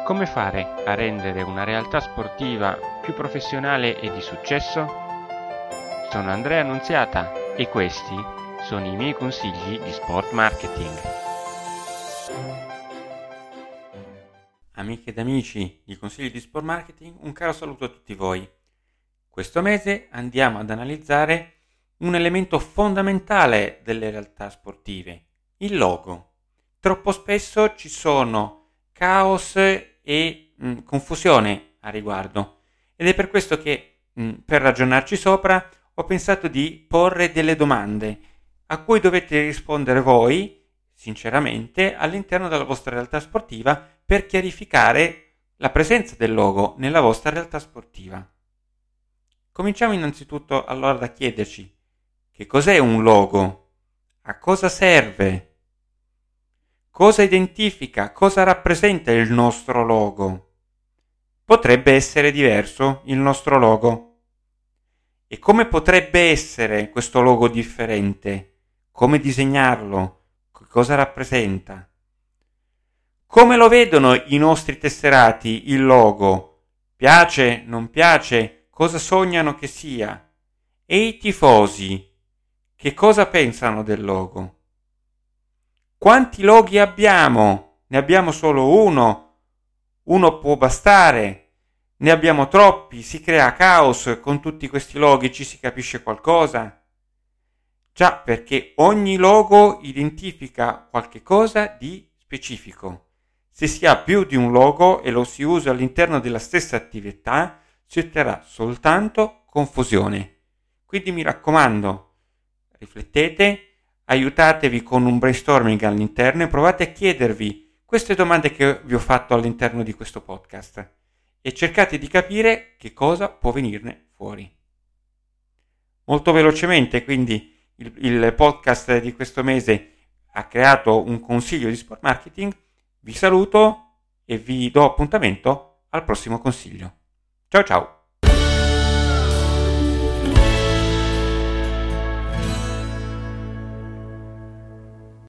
Come fare a rendere una realtà sportiva più professionale e di successo? Sono Andrea Annunziata e questi sono i miei consigli di sport marketing. Amiche ed amici di Consigli di Sport Marketing, un caro saluto a tutti voi. Questo mese andiamo ad analizzare un elemento fondamentale delle realtà sportive, il logo. Troppo spesso ci sono caos e confusione a riguardo ed è per questo che per ragionarci sopra ho pensato di porre delle domande a cui dovete rispondere voi sinceramente all'interno della vostra realtà sportiva per chiarificare la presenza del logo nella vostra realtà sportiva. Cominciamo innanzitutto allora da chiederci: che cos'è un logo? A cosa serve? Cosa identifica? Cosa rappresenta il nostro logo? Potrebbe essere diverso il nostro logo. E come potrebbe essere questo logo differente? Come disegnarlo? Cosa rappresenta? Come lo vedono i nostri tesserati il logo? Piace? Non piace? Cosa sognano che sia? E i tifosi? Che cosa pensano del logo? Quanti loghi abbiamo? Ne abbiamo solo uno? Uno può bastare? Ne abbiamo troppi? Si crea caos con tutti questi loghi, ci si capisce qualcosa? Già, perché ogni logo identifica qualche cosa di specifico. Se si ha più di un logo e lo si usa all'interno della stessa attività, si otterrà soltanto confusione. Quindi mi raccomando, riflettete, aiutatevi con un brainstorming all'interno e provate a chiedervi queste domande che vi ho fatto all'interno di questo podcast e cercate di capire che cosa può venirne fuori. Molto velocemente, quindi, il podcast di questo mese ha creato un consiglio di sport marketing. Vi saluto e vi do appuntamento al prossimo consiglio. Ciao ciao!